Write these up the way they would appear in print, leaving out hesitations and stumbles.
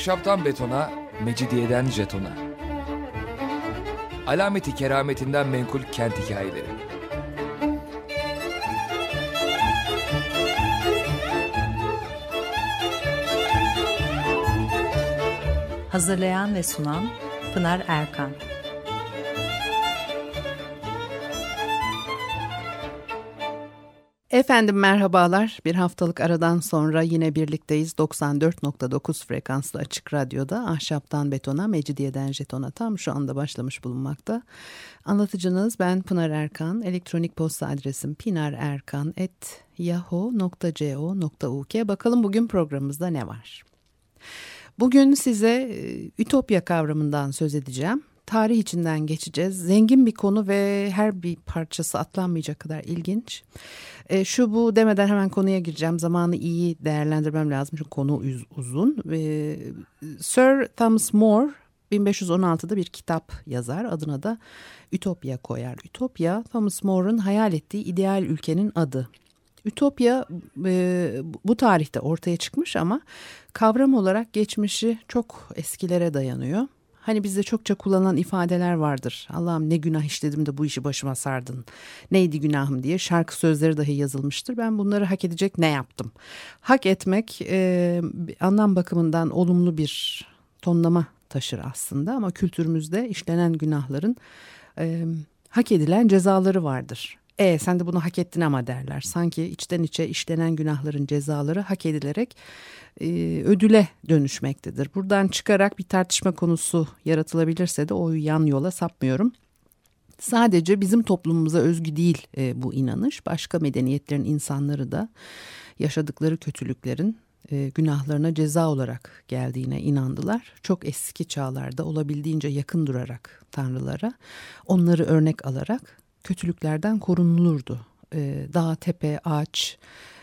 Ahşaptan betona, mecidiyeden jetona. Alameti kerametinden menkul kent hikayeleri. Hazırlayan ve sunan Pınar Erkan. Efendim merhabalar. Bir haftalık aradan sonra yine birlikteyiz. 94.9 frekanslı açık radyoda Ahşaptan Betona, Mecidiyeden Jetona tam şu anda başlamış bulunmakta. Anlatıcınız ben Pınar Erkan. Elektronik posta adresim pinarerkan@yahoo.co.uk. Bakalım bugün programımızda ne var? Bugün size ütopya kavramından söz edeceğim. Tarih içinden geçeceğiz. Zengin bir konu ve her bir parçası atlanmayacak kadar ilginç. Şu bu demeden hemen konuya gireceğim. Zamanı iyi değerlendirmem lazım çünkü konu uzun. Sir Thomas More 1516'da bir kitap yazar. Adına da Ütopya koyar. Ütopya, Thomas More'un hayal ettiği ideal ülkenin adı. Ütopya bu tarihte ortaya çıkmış ama kavram olarak geçmişi çok eskilere dayanıyor. Hani bizde çokça kullanılan ifadeler vardır. Allah'ım ne günah işledim de bu işi başıma sardın. Neydi günahım diye şarkı sözleri dahi yazılmıştır. Ben bunları hak edecek ne yaptım? Hak etmek anlam bakımından olumlu bir tonlama taşır aslında. Ama kültürümüzde işlenen günahların hak edilen cezaları vardır. Sen de bunu hak ettin ama derler. Sanki içten içe işlenen günahların cezaları hak edilerek ödüle dönüşmektedir. Buradan çıkarak bir tartışma konusu yaratılabilirse de o yan yola sapmıyorum. Sadece bizim toplumumuza özgü değil bu inanış. Başka medeniyetlerin insanları da yaşadıkları kötülüklerin günahlarına ceza olarak geldiğine inandılar. Çok eski çağlarda olabildiğince yakın durarak tanrılara, onları örnek alarak kötülüklerden korunulurdu. Dağ, tepe, ağaç,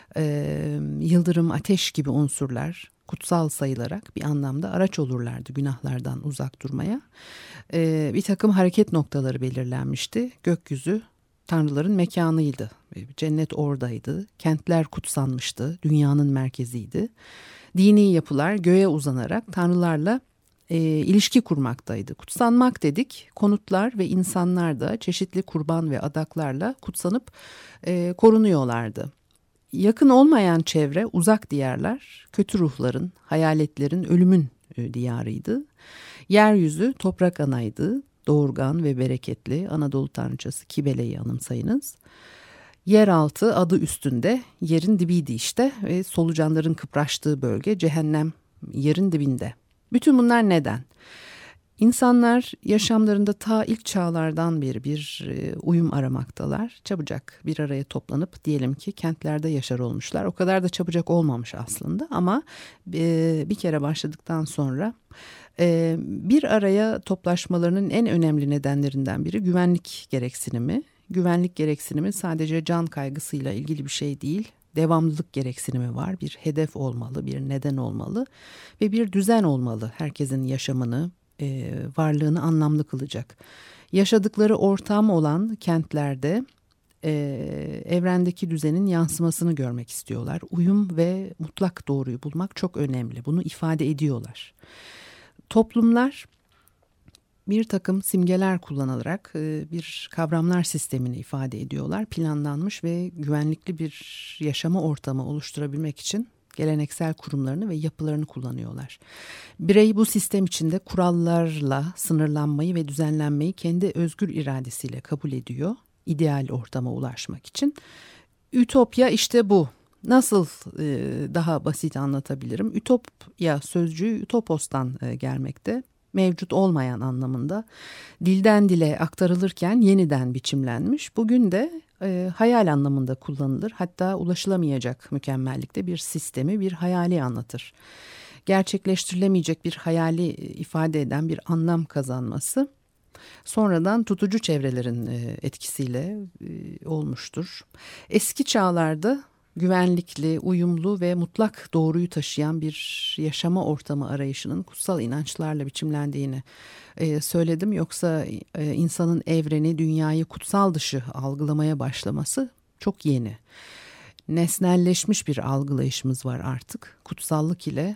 yıldırım, ateş gibi unsurlar kutsal sayılarak bir anlamda araç olurlardı günahlardan uzak durmaya. Bir takım hareket noktaları belirlenmişti. Gökyüzü tanrıların mekanıydı. Cennet oradaydı. Kentler kutsanmıştı. Dünyanın merkeziydi. Dini yapılar göğe uzanarak tanrılarla ilişki kurmaktaydı. Kutsanmak dedik. Konutlar ve insanlar da çeşitli kurban ve adaklarla kutsanıp korunuyorlardı. Yakın olmayan çevre, uzak diyarlar, kötü ruhların, hayaletlerin, ölümün diyarıydı. Yeryüzü toprak anaydı, doğurgan ve bereketli Anadolu tanrıçası Kibele'yi anımsayınız. Yeraltı adı üstünde, yerin dibiydi işte ve solucanların kıpraştığı bölge cehennem yerin dibinde. Bütün bunlar neden? İnsanlar yaşamlarında ta ilk çağlardan beri bir uyum aramaktalar. Çabucak bir araya toplanıp diyelim ki kentlerde yaşar olmuşlar. O kadar da çabucak olmamış aslında ama bir kere başladıktan sonra bir araya toplaşmalarının en önemli nedenlerinden biri güvenlik gereksinimi. Güvenlik gereksinimi sadece can kaygısıyla ilgili bir şey değil. Devamlılık gereksinimi var. Bir hedef olmalı, bir neden olmalı ve bir düzen olmalı. Herkesin yaşamını, varlığını anlamlı kılacak. Yaşadıkları ortam olan kentlerde evrendeki düzenin yansımasını görmek istiyorlar. Uyum ve mutlak doğruyu bulmak çok önemli. Bunu ifade ediyorlar. Toplumlar bir takım simgeler kullanılarak bir kavramlar sistemini ifade ediyorlar. Planlanmış ve güvenlikli bir yaşama ortamı oluşturabilmek için geleneksel kurumlarını ve yapılarını kullanıyorlar. Birey bu sistem içinde kurallarla sınırlanmayı ve düzenlenmeyi kendi özgür iradesiyle kabul ediyor. İdeal ortama ulaşmak için. Ütopya işte bu. Nasıl daha basit anlatabilirim? Ütopya sözcüğü ütopos'tan gelmekte. Mevcut olmayan anlamında dilden dile aktarılırken yeniden biçimlenmiş. Bugün de hayal anlamında kullanılır. Hatta ulaşılamayacak mükemmellikte bir sistemi, bir hayali anlatır. Gerçekleştirilemeyecek bir hayali ifade eden bir anlam kazanması sonradan tutucu çevrelerin etkisiyle olmuştur. Eski çağlarda güvenlikli, uyumlu ve mutlak doğruyu taşıyan bir yaşama ortamı arayışının kutsal inançlarla biçimlendiğini söyledim. Yoksa insanın evreni, dünyayı kutsal dışı algılamaya başlaması çok yeni. Nesnelleşmiş bir algılayışımız var artık. Kutsallık ile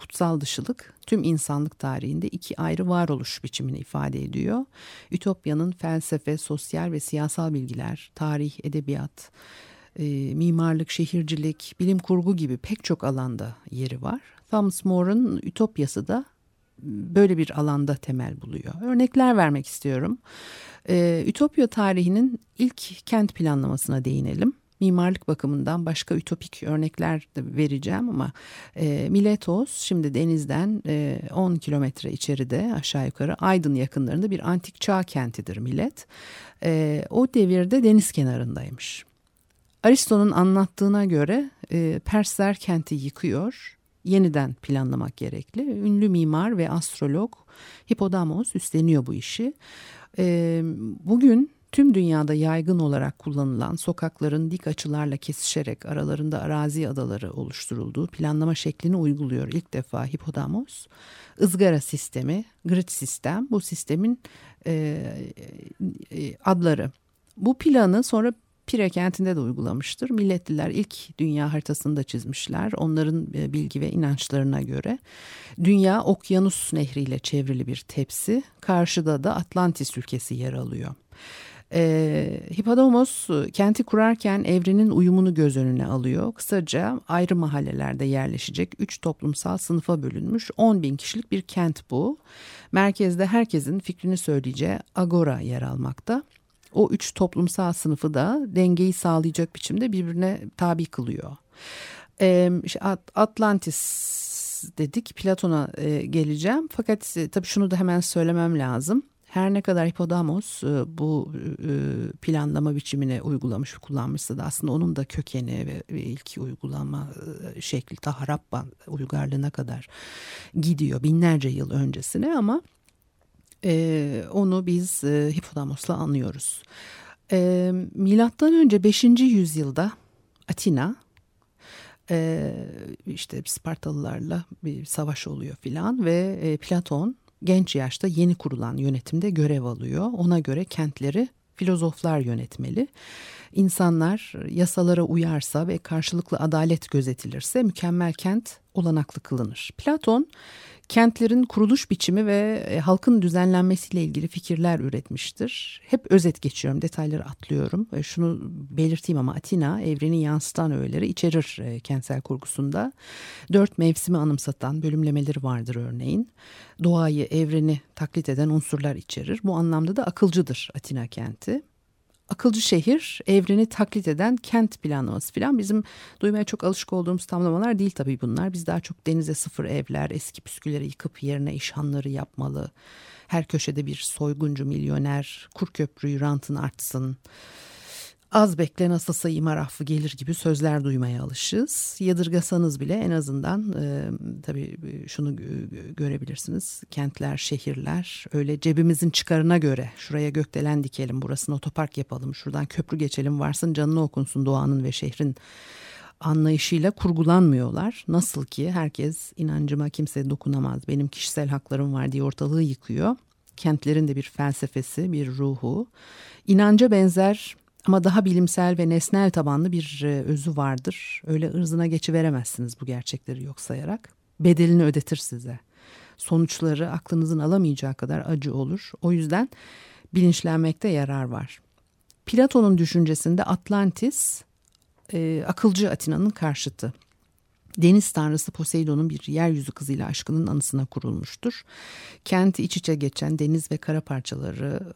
kutsal dışılık tüm insanlık tarihinde iki ayrı varoluş biçimini ifade ediyor. Ütopyanın felsefe, sosyal ve siyasal bilgiler, tarih, edebiyat, mimarlık, şehircilik, bilim kurgu gibi pek çok alanda yeri var. Thomas More'un Ütopyası da böyle bir alanda temel buluyor. Örnekler vermek istiyorum. Ütopya tarihinin ilk kent planlamasına değinelim. Mimarlık bakımından başka ütopik örnekler de vereceğim ama Miletos şimdi denizden 10 kilometre içeride aşağı yukarı Aydın yakınlarında bir antik çağ kentidir Milet. O devirde deniz kenarındaymış. Aristo'nun anlattığına göre Persler kenti yıkıyor, yeniden planlamak gerekli. Ünlü mimar ve astrolog Hipodamos üstleniyor bu işi. Bugün tüm dünyada yaygın olarak kullanılan sokakların dik açılarla kesişerek aralarında arazi adaları oluşturulduğu planlama şeklini uyguluyor ilk defa Hipodamos. Izgara sistemi, grid sistem bu sistemin adları. Bu planı sonra Pire kentinde de uygulamıştır. Milletliler ilk dünya haritasını da çizmişler. Onların bilgi ve inançlarına göre dünya Okyanus Nehri'yle çevrili bir tepsi. Karşıda da Atlantis ülkesi yer alıyor. Hipodamos kenti kurarken evrenin uyumunu göz önüne alıyor. Kısaca ayrı mahallelerde yerleşecek 3 toplumsal sınıfa bölünmüş 10.000 kişilik bir kent bu. Merkezde herkesin fikrini söyleyeceği agora yer almakta. O 3 toplumsal sınıfı da dengeyi sağlayacak biçimde birbirine tabi kılıyor. Atlantis dedik, Platon'a geleceğim. Fakat tabii şunu da hemen söylemem lazım. Her ne kadar Hipodamos bu planlama biçimini uygulamış, kullanmışsa da aslında onun da kökeni ve ilk uygulama şekli ta Harappa uygarlığına kadar gidiyor binlerce yıl öncesine ama onu biz Hipodamos'la anıyoruz. Milattan önce 5. yüzyılda Atina işte Spartalılarla bir savaş oluyor filan ve Platon genç yaşta yeni kurulan yönetimde görev alıyor. Ona göre kentleri filozoflar yönetmeli. İnsanlar yasalara uyarsa ve karşılıklı adalet gözetilirse mükemmel kent olanaklı kılınır. Platon kentlerin kuruluş biçimi ve halkın düzenlenmesiyle ilgili fikirler üretmiştir. Hep özet geçiyorum, detayları atlıyorum. Şunu belirteyim ama Atina evreni yansıtan öğeleri içerir kentsel kurgusunda. 4 mevsimi anımsatan bölümlemeleri vardır örneğin. Doğayı, evreni taklit eden unsurlar içerir. Bu anlamda da akılcıdır Atina kenti. Akılcı şehir, evreni taklit eden kent planlaması falan bizim duymaya çok alışık olduğumuz tamlamalar değil tabii bunlar. Biz daha çok denize sıfır evler, eski püskülleri yıkıp yerine işhanları yapmalı. Her köşede bir soyguncu milyoner, kur köprüyü rantın artsın. Az bekle nasılsa imar affı gelir gibi sözler duymaya alışız. Yadırgasanız bile en azından tabii şunu görebilirsiniz. Kentler, şehirler öyle cebimizin çıkarına göre şuraya gökdelen dikelim, burasına otopark yapalım, şuradan köprü geçelim, varsın canını okunsun doğanın ve şehrin anlayışıyla kurgulanmıyorlar. Nasıl ki herkes inancıma kimse dokunamaz, benim kişisel haklarım var diye ortalığı yıkıyor. Kentlerin de bir felsefesi, bir ruhu, inanca benzer ama daha bilimsel ve nesnel tabanlı bir özü vardır. Öyle ırzına geçiveremezsiniz bu gerçekleri yok sayarak. Bedelini ödetir size. Sonuçları aklınızın alamayacağı kadar acı olur. O yüzden bilinçlenmekte yarar var. Platon'un düşüncesinde Atlantis akılcı Atina'nın karşıtı. Deniz tanrısı Poseidon'un bir yeryüzü kızıyla aşkının anısına kurulmuştur. Kenti iç içe geçen deniz ve kara parçaları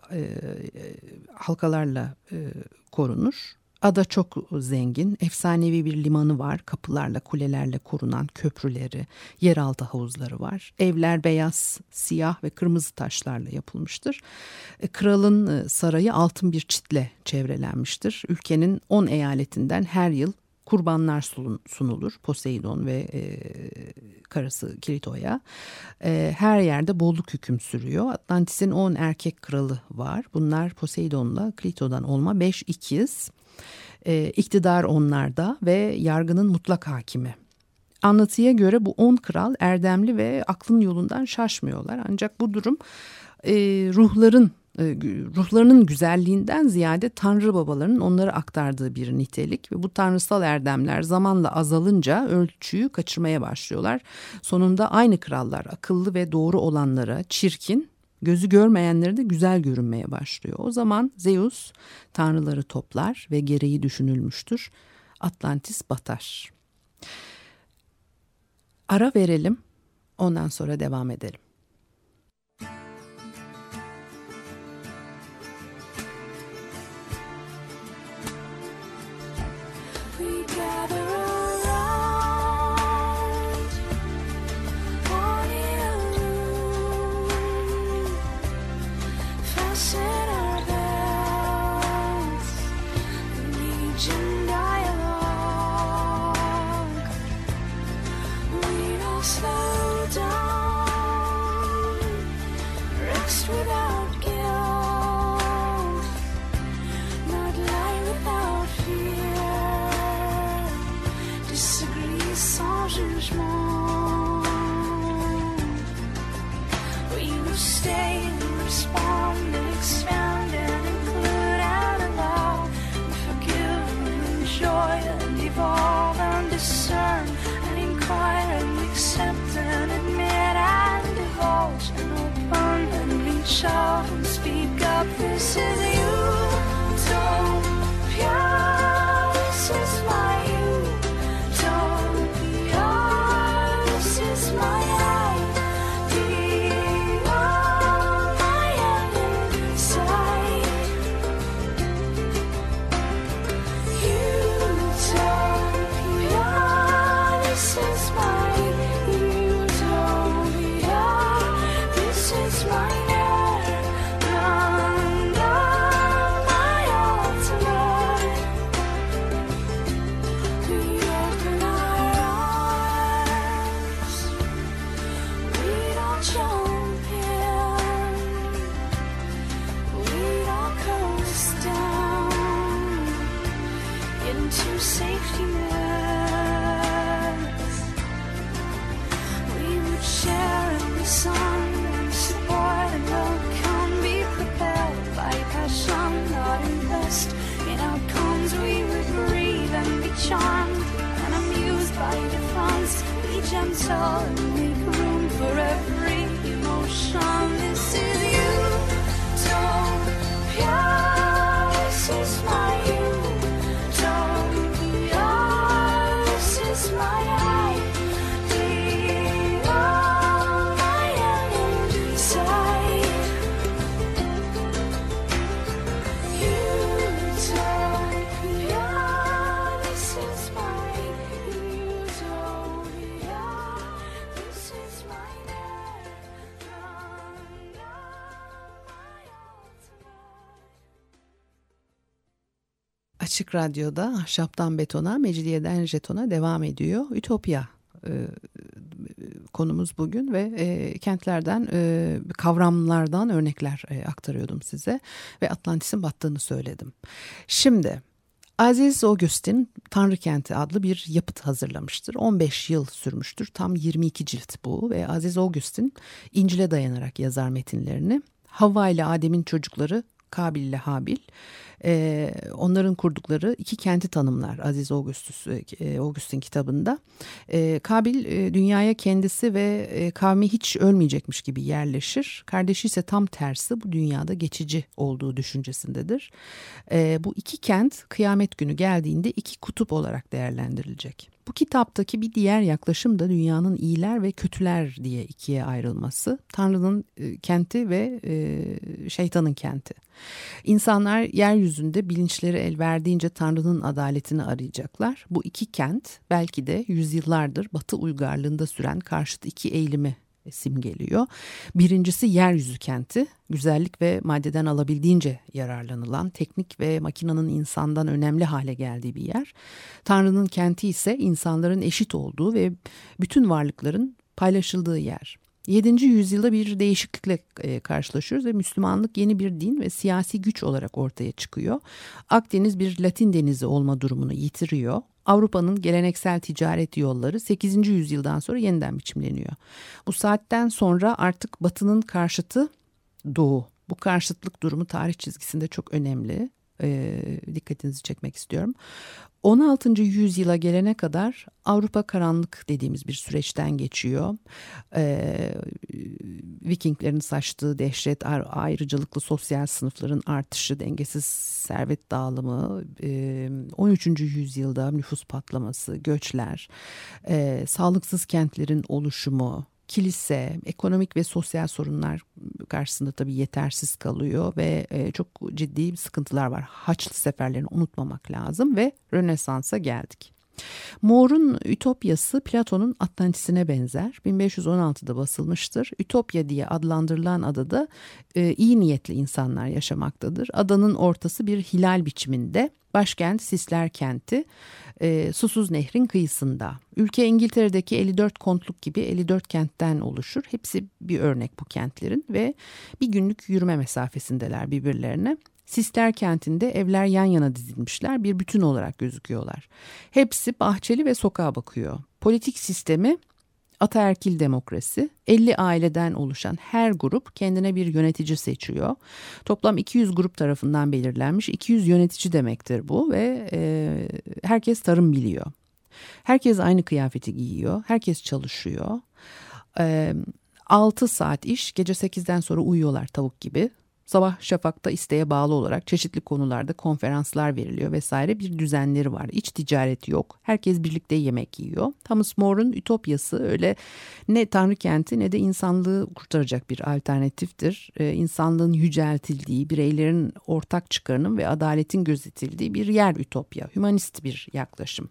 halkalarla korunur. Ada çok zengin, efsanevi bir limanı var, kapılarla, kulelerle korunan köprüleri, yeraltı havuzları var. Evler beyaz, siyah ve kırmızı taşlarla yapılmıştır. Kralın sarayı altın bir çitle çevrelenmiştir. Ülkenin 10 eyaletinden her yıl kurbanlar sunulur Poseidon ve karısı Kilito'ya. Her yerde bolluk hüküm sürüyor. Atlantis'in 10 erkek kralı var. Bunlar Poseidon'la Kilito'dan olma 5 ikiz. İktidar onlarda ve yargının mutlak hakimi. Anlatıya göre bu 10 kral erdemli ve aklın yolundan şaşmıyorlar. Ancak bu durum ruhların ruhlarının güzelliğinden ziyade tanrı babalarının onlara aktardığı bir nitelik ve bu tanrısal erdemler zamanla azalınca ölçüyü kaçırmaya başlıyorlar. Sonunda aynı krallar akıllı ve doğru olanlara çirkin, gözü görmeyenlere de güzel görünmeye başlıyor. O zaman Zeus tanrıları toplar ve gereği düşünülmüştür. Atlantis batar. Ara verelim, ondan sonra devam edelim. Speak up, this is utopia. This is my utopia. This is my idea, my end in sight. Utopia. This is my utopia. This is my safety nets. We would share in the sun and support and welcome, be prepared by passion, not invest in outcomes. We would breathe and be charmed and amused by difference, be gentle and make room for every emotion. This is utopia. This is my Açık Radyo'da Ahşaptan Betona, Mecidiyeden Jeton'a devam ediyor. Ütopya konumuz bugün ve kentlerden, kavramlardan örnekler aktarıyordum size ve Atlantis'in battığını söyledim. Şimdi Aziz Augustin Tanrı Kenti adlı bir yapıt hazırlamıştır. 15 yıl sürmüştür. Tam 22 cilt bu ve Aziz Augustin İncil'e dayanarak yazar metinlerini. Havva ile Adem'in çocukları Kabil ile Habil, onların kurdukları iki kenti tanımlar Aziz Augustin kitabında. Kabil dünyaya kendisi ve kavmi hiç ölmeyecekmiş gibi yerleşir. Kardeşi ise tam tersi, bu dünyada geçici olduğu düşüncesindedir. Bu iki kent kıyamet günü geldiğinde iki kutup olarak değerlendirilecek. Bu kitaptaki bir diğer yaklaşım da dünyanın iyiler ve kötüler diye ikiye ayrılması. Tanrı'nın kenti ve şeytanın kenti. İnsanlar yeryüzünde bilinçleri el verdiğince Tanrı'nın adaletini arayacaklar. Bu iki kent belki de yüzyıllardır Batı uygarlığında süren karşıt iki eğilimi simgeliyor. Birincisi yeryüzü kenti, güzellik ve maddeden alabildiğince yararlanılan, teknik ve makinanın insandan önemli hale geldiği bir yer. Tanrı'nın kenti ise insanların eşit olduğu ve bütün varlıkların paylaşıldığı yer. 7. yüzyılda bir değişiklikle karşılaşıyoruz ve Müslümanlık yeni bir din ve siyasi güç olarak ortaya çıkıyor. Akdeniz bir Latin denizi olma durumunu yitiriyor. Avrupa'nın geleneksel ticaret yolları 8. yüzyıldan sonra yeniden biçimleniyor. Bu saatten sonra artık Batı'nın karşıtı Doğu Bu karşıtlık durumu tarih çizgisinde çok önemli. Dikkatinizi çekmek istiyorum. 16. yüzyıla gelene kadar Avrupa karanlık dediğimiz bir süreçten geçiyor. Vikinglerin saçtığı dehşet, ayrıcalıklı sosyal sınıfların artışı, dengesiz servet dağılımı, 13. yüzyılda nüfus patlaması, göçler, sağlıksız kentlerin oluşumu, kilise, ekonomik ve sosyal sorunlar karşısında tabii yetersiz kalıyor ve çok ciddi sıkıntılar var. Haçlı seferlerini unutmamak lazım ve Rönesans'a geldik. More'un Ütopyası Platon'un Atlantis'ine benzer. 1516'da basılmıştır. Ütopya diye adlandırılan adada iyi niyetli insanlar yaşamaktadır. Adanın ortası bir hilal biçiminde. Başkent Sisler kenti, susuz nehrin kıyısında. Ülke İngiltere'deki 54 kontluk gibi 54 kentten oluşur. Hepsi bir örnek bu kentlerin ve bir günlük yürüme mesafesindeler birbirlerine. Sisler kentinde evler yan yana dizilmişler, bir bütün olarak gözüküyorlar. Hepsi bahçeli ve sokağa bakıyor. Politik sistemi ataerkil demokrasi. 50 aileden oluşan her grup kendine bir yönetici seçiyor. Toplam 200 grup tarafından belirlenmiş. 200 yönetici demektir bu ve herkes tarım biliyor. Herkes aynı kıyafeti giyiyor. Herkes çalışıyor. 6 saat iş, gece 8'den sonra uyuyorlar tavuk gibi. Sabah şafakta isteğe bağlı olarak çeşitli konularda konferanslar veriliyor vesaire, bir düzenleri var. İç ticaret yok. Herkes birlikte yemek yiyor. Thomas More'un Ütopyası öyle ne tanrı kenti ne de insanlığı kurtaracak bir alternatiftir. İnsanlığın yüceltildiği, bireylerin ortak çıkarının ve adaletin gözetildiği bir yer ütopya. Hümanist bir yaklaşım.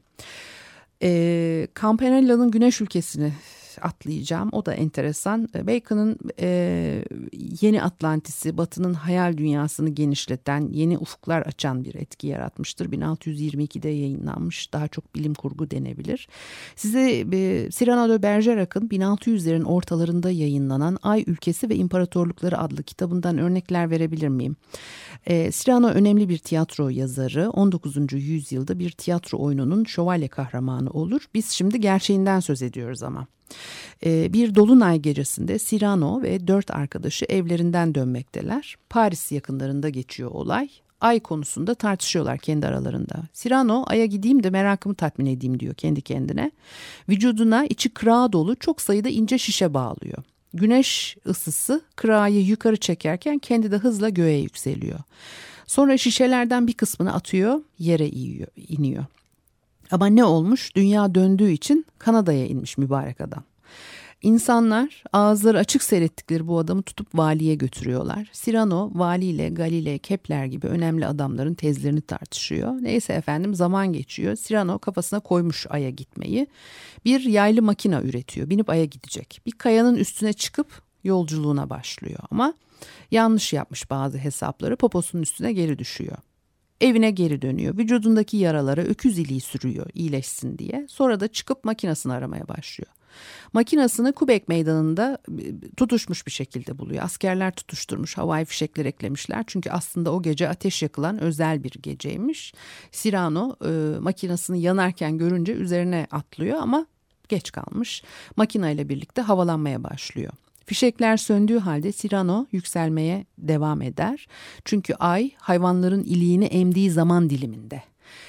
Campanella'nın Güneş Ülkesi'ni atlayacağım. O da enteresan. Bacon'ın Yeni Atlantis'i, Batı'nın hayal dünyasını genişleten, yeni ufuklar açan bir etki yaratmıştır. 1622'de yayınlanmış. Daha çok bilim kurgu denebilir. Size Cyrano de Bergerac'ın 1600'lerin ortalarında yayınlanan Ay Ülkesi ve İmparatorlukları adlı kitabından örnekler verebilir miyim? Cyrano önemli bir tiyatro yazarı. 19. yüzyılda bir tiyatro oyununun şövalye kahramanı olur. Biz şimdi gerçeğinden söz ediyoruz ama. Bir dolunay gecesinde Cyrano ve 4 arkadaşı evlerinden dönmekteler. Paris yakınlarında geçiyor olay. Ay konusunda tartışıyorlar kendi aralarında. Cyrano, Ay'a gideyim de merakımı tatmin edeyim diyor kendi kendine. Vücuduna içi kırağı dolu çok sayıda ince şişe bağlıyor. Güneş ısısı kırağı yukarı çekerken kendi de hızla göğe yükseliyor. Sonra şişelerden bir kısmını atıyor, yere iniyor. Ama ne olmuş? Dünya döndüğü için Kanada'ya inmiş mübarek adam. İnsanlar ağızları açık seyrettikleri bu adamı tutup valiye götürüyorlar. Cyrano valiyle Galilei, Kepler gibi önemli adamların tezlerini tartışıyor. Neyse efendim, zaman geçiyor. Cyrano kafasına koymuş Ay'a gitmeyi. Bir yaylı makina üretiyor. Binip Ay'a gidecek. Bir kayanın üstüne çıkıp yolculuğuna başlıyor. Ama yanlış yapmış bazı hesapları. Poposunun üstüne geri düşüyor. Evine geri dönüyor. Vücudundaki yaralara öküz iliği sürüyor iyileşsin diye. Sonra da çıkıp makinasını aramaya başlıyor. Makinasını Kubek meydanında tutuşmuş bir şekilde buluyor. Askerler tutuşturmuş, havai fişekler eklemişler. Çünkü aslında o gece ateş yakılan özel bir geceymiş. Cyrano makinasını yanarken görünce üzerine atlıyor ama geç kalmış. Makinayla birlikte havalanmaya başlıyor. Fişekler söndüğü halde Cyrano yükselmeye devam eder. Çünkü ay hayvanların iliğini emdiği zaman diliminde.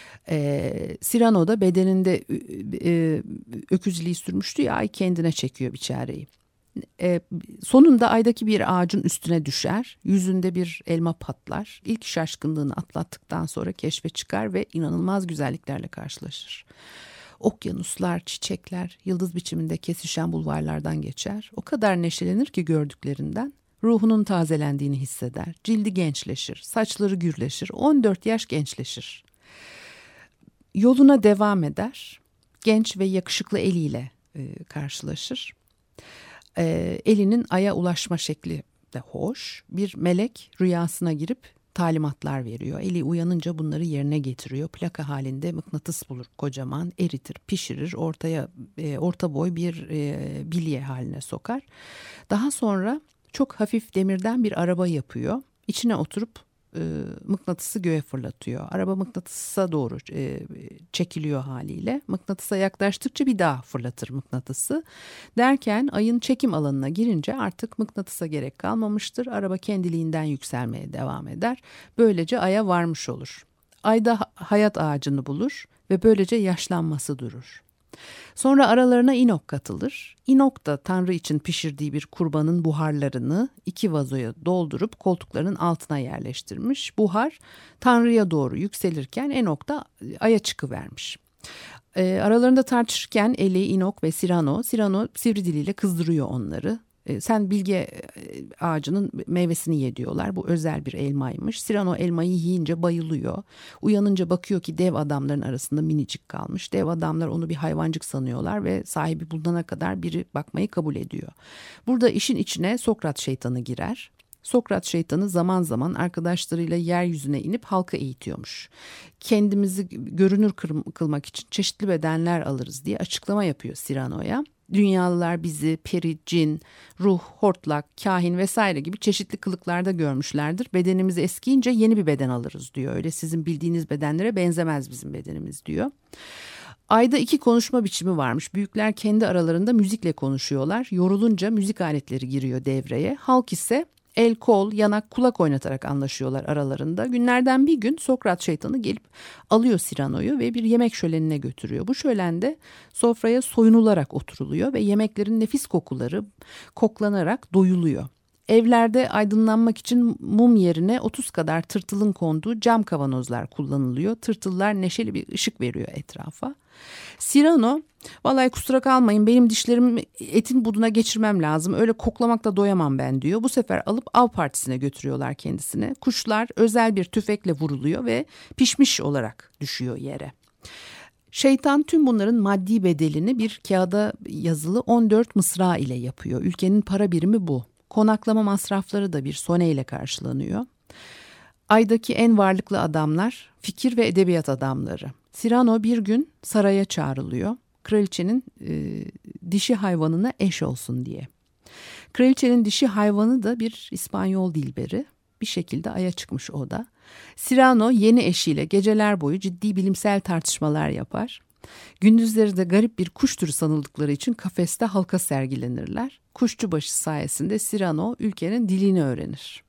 Cyrano da bedeninde öküz iliği sürmüştü ya, ay kendine çekiyor biçareyi. Sonunda aydaki bir ağacın üstüne düşer. Yüzünde bir elma patlar. İlk şaşkınlığını atlattıktan sonra keşfe çıkar ve inanılmaz güzelliklerle karşılaşır. Okyanuslar, çiçekler, yıldız biçiminde kesişen bulvarlardan geçer. O kadar neşelenir ki gördüklerinden. Ruhunun tazelendiğini hisseder. Cildi gençleşir, saçları gürleşir. 14 yaş gençleşir. Yoluna devam eder. Genç ve yakışıklı eliyle karşılaşır. Elinin Ay'a ulaşma şekli de hoş. Bir melek rüyasına girip talimatlar veriyor. Eli uyanınca bunları yerine getiriyor. Plaka halinde mıknatıs bulur kocaman, eritir, pişirir, orta boy bir bilye haline sokar. Daha sonra çok hafif demirden bir araba yapıyor. İçine oturup mıknatısı göğe fırlatıyor. Araba mıknatısa doğru çekiliyor haliyle. Mıknatısa yaklaştıkça bir daha fırlatır mıknatısı. Derken ayın çekim alanına girince artık mıknatısa gerek kalmamıştır. Araba kendiliğinden yükselmeye devam eder. Böylece aya varmış olur. Ayda hayat ağacını bulur ve böylece yaşlanması durur. Sonra aralarına inok katılır. İnok da Tanrı için pişirdiği bir kurbanın buharlarını 2 vazoya doldurup koltuklarının altına yerleştirmiş. Buhar Tanrı'ya doğru yükselirken Enok da aya çıkıvermiş. Aralarında tartışırken Eli, İnok ve Sirano sivri diliyle kızdırıyor onları. Sen bilge ağacının meyvesini ye diyorlar. Bu özel bir elmaymış. Sirano elmayı yiyince bayılıyor. Uyanınca bakıyor ki dev adamların arasında minicik kalmış. Dev adamlar onu bir hayvancık sanıyorlar ve sahibi bulunana kadar biri bakmayı kabul ediyor. Burada işin içine Sokrat şeytanı girer. Sokrat şeytanı zaman zaman arkadaşlarıyla yeryüzüne inip halkı eğitiyormuş. Kendimizi görünür kılmak için çeşitli bedenler alırız diye açıklama yapıyor Sirano'ya. Dünyalılar bizi peri, cin, ruh, hortlak, kahin vesaire gibi çeşitli kılıklarda görmüşlerdir. Bedenimiz eskiyince yeni bir beden alırız diyor. Öyle sizin bildiğiniz bedenlere benzemez bizim bedenimiz diyor. Ayda 2 konuşma biçimi varmış. Büyükler kendi aralarında müzikle konuşuyorlar. Yorulunca müzik aletleri giriyor devreye. Halk ise el, kol, yanak, kulak oynatarak anlaşıyorlar aralarında. Günlerden bir gün Sokrat şeytanı gelip alıyor Sirano'yu ve bir yemek şölenine götürüyor. Bu şölende sofraya soyunularak oturuluyor ve yemeklerin nefis kokuları koklanarak doyuluyor. Evlerde aydınlanmak için mum yerine 30 kadar tırtılın konduğu cam kavanozlar kullanılıyor. Tırtıllar neşeli bir ışık veriyor etrafa. Sirano, vallahi kusura kalmayın benim dişlerimi etin buduna geçirmem lazım. Öyle koklamakla doyamam ben diyor. Bu sefer alıp av partisine götürüyorlar kendisine. Kuşlar özel bir tüfekle vuruluyor ve pişmiş olarak düşüyor yere. Şeytan tüm bunların maddi bedelini bir kağıda yazılı 14 mısra ile yapıyor. Ülkenin para birimi bu. Konaklama masrafları da bir sone ile karşılanıyor. Aydaki en varlıklı adamlar fikir ve edebiyat adamları. Sirano bir gün saraya çağrılıyor. Kraliçenin dişi hayvanına eş olsun diye. Kraliçenin dişi hayvanı da bir İspanyol dilberi. Bir şekilde aya çıkmış o da. Sirano yeni eşiyle geceler boyu ciddi bilimsel tartışmalar yapar. Gündüzleri de garip bir kuş türü sanıldıkları için kafeste halka sergilenirler. Kuşçubaşı sayesinde Sirano ülkenin dilini öğrenir.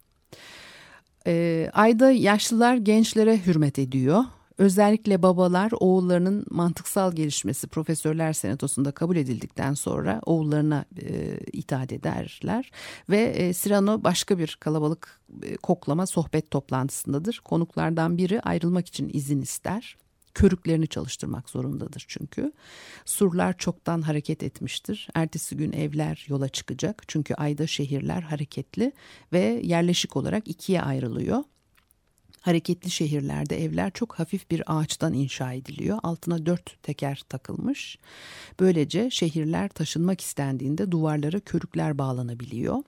Ayda yaşlılar gençlere hürmet ediyor. Özellikle babalar oğullarının mantıksal gelişmesi Profesörler Senatosu'nda kabul edildikten sonra oğullarına itaat ederler. Ve Sirano başka bir kalabalık koklama sohbet toplantısındadır. Konuklardan biri ayrılmak için izin ister. Körüklerini çalıştırmak zorundadır çünkü. Surlar çoktan hareket etmiştir. Ertesi gün evler yola çıkacak. Çünkü ayda şehirler hareketli ve yerleşik olarak 2'ye ayrılıyor. Hareketli şehirlerde evler çok hafif bir ağaçtan inşa ediliyor. Altına 4 teker takılmış. Böylece şehirler taşınmak istendiğinde duvarlara körükler bağlanabiliyor.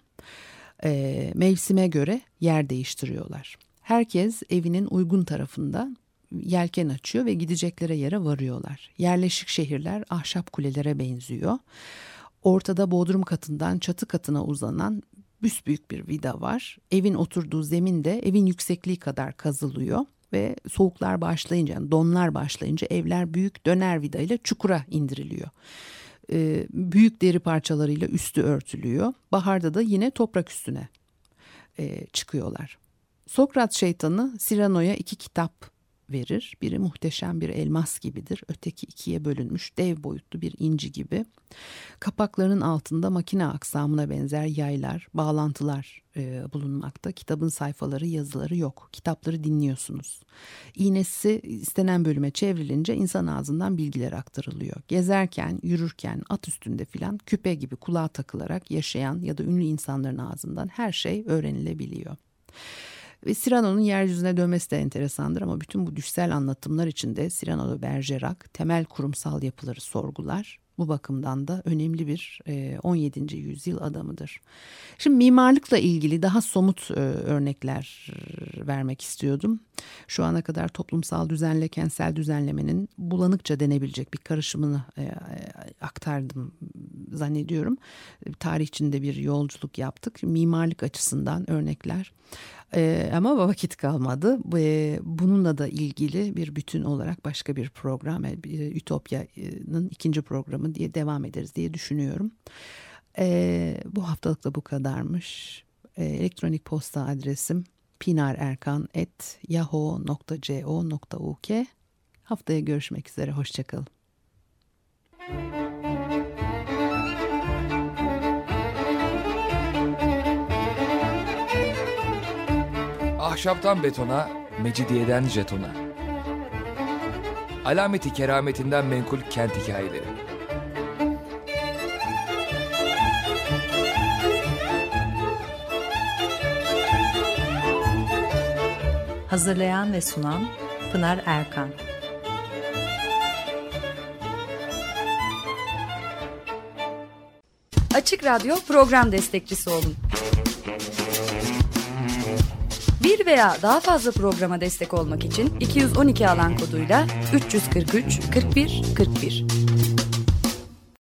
Mevsime göre yer değiştiriyorlar. Herkes evinin uygun tarafında yelken açıyor ve gidecekleri yere varıyorlar. Yerleşik şehirler ahşap kulelere benziyor. Ortada bodrum katından çatı katına uzanan büsbüyük bir vida var. Evin oturduğu zemin de evin yüksekliği kadar kazılıyor ve soğuklar başlayınca, yani donlar başlayınca evler büyük döner vida ile çukura indiriliyor. Büyük deri parçalarıyla üstü örtülüyor. Baharda da yine toprak üstüne çıkıyorlar. Sokrat şeytanı Sirano'ya 2 kitap verir. Biri muhteşem bir elmas gibidir. Öteki 2'ye bölünmüş dev boyutlu bir inci gibi. Kapaklarının altında makine aksamına benzer yaylar, bağlantılar bulunmakta. Kitabın sayfaları, yazıları yok. Kitapları dinliyorsunuz. İğnesi istenen bölüme çevrilince insan ağzından bilgiler aktarılıyor. Gezerken, yürürken, at üstünde filan küpe gibi kulağa takılarak yaşayan ya da ünlü insanların ağzından her şey öğrenilebiliyor. Ve Cyrano'nun yeryüzüne dönmesi de enteresandır ama bütün bu düşsel anlatımlar içinde Cyrano de Bergerac temel kurumsal yapıları sorgular. Bu bakımdan da önemli bir 17. yüzyıl adamıdır. Şimdi mimarlıkla ilgili daha somut örnekler vermek istiyordum. Şu ana kadar toplumsal düzenle kentsel düzenlemenin bulanıkça denebilecek bir karışımını aktardım zannediyorum. Tarih içinde bir yolculuk yaptık. Mimarlık açısından örnekler. Ama vakit kalmadı. Bununla da ilgili bir bütün olarak başka bir program, Ütopya'nın 2. programı diye devam ederiz diye düşünüyorum. Bu haftalık da bu kadarmış. Elektronik posta adresim pinarerkan@yahoo.co.uk. Haftaya görüşmek üzere. Hoşçakalın. Ahşaptan betona, mecidiyeden jetona. Alameti kerametinden menkul kent hikayeleri. Hazırlayan ve sunan Pınar Erkan. Açık Radyo program destekçisi olun. Bir veya daha fazla programa destek olmak için 212 alan koduyla 343 41 41.